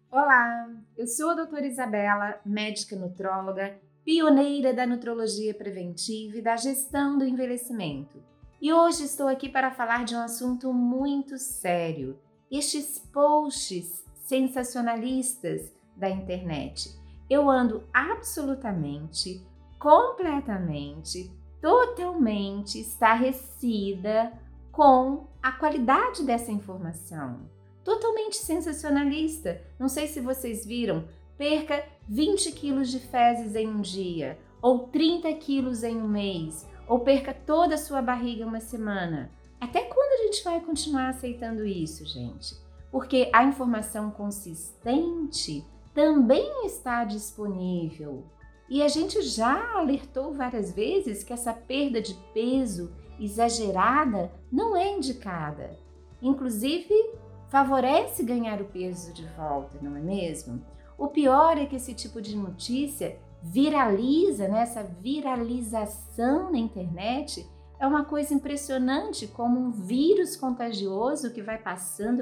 Olá, eu sou a doutora Isabela, médica nutróloga, pioneira da nutrologia preventiva e da gestão do envelhecimento. E hoje estou aqui para falar de um assunto muito sério: estes posts sensacionalistas da internet. Eu ando absolutamente, completamente, totalmente estarrecida com a qualidade dessa informação. Totalmente sensacionalista. Não sei se vocês viram, perca 20 quilos de fezes em um dia, ou 30 quilos em um mês, ou perca toda a sua barriga em uma semana. Até quando a gente vai continuar aceitando isso, gente? Porque a informação consistente também está disponível. E a gente já alertou várias vezes que essa perda de peso exagerada não é indicada. Inclusive, favorece ganhar o peso de volta, não é mesmo? O pior é que esse tipo de notícia viraliza, né? Essa viralização na internet é uma coisa impressionante, como um vírus contagioso que vai passando.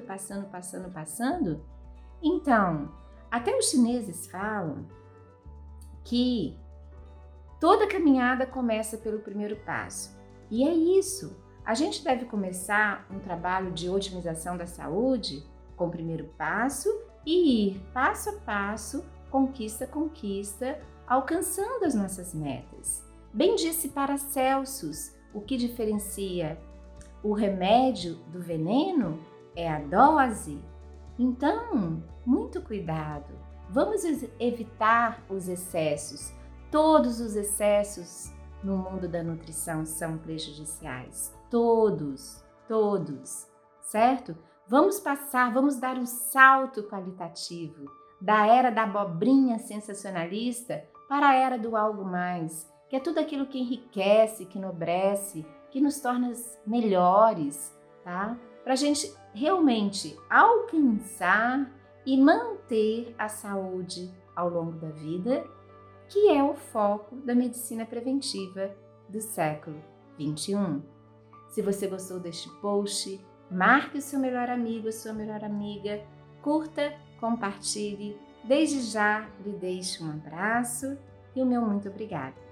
Então, até os chineses falam que toda caminhada começa pelo primeiro passo. E é isso. A gente deve começar um trabalho de otimização da saúde com o primeiro passo e ir passo a passo, conquista a conquista, alcançando as nossas metas. Bem disse Paracelsus, o que diferencia o remédio do veneno é a dose. Então, muito cuidado. Vamos evitar os excessos. Todos os excessos no mundo da nutrição são prejudiciais. Todos, certo? Vamos dar um salto qualitativo da era da abobrinha sensacionalista para a era do algo mais, que é tudo aquilo que enriquece, que enobrece, que nos torna melhores, tá? Para a gente realmente alcançar e manter a saúde ao longo da vida, que é o foco da medicina preventiva do século 21. Se você gostou deste post, marque o seu melhor amigo, a sua melhor amiga, curta, compartilhe. Desde já lhe deixo um abraço e o meu muito obrigada.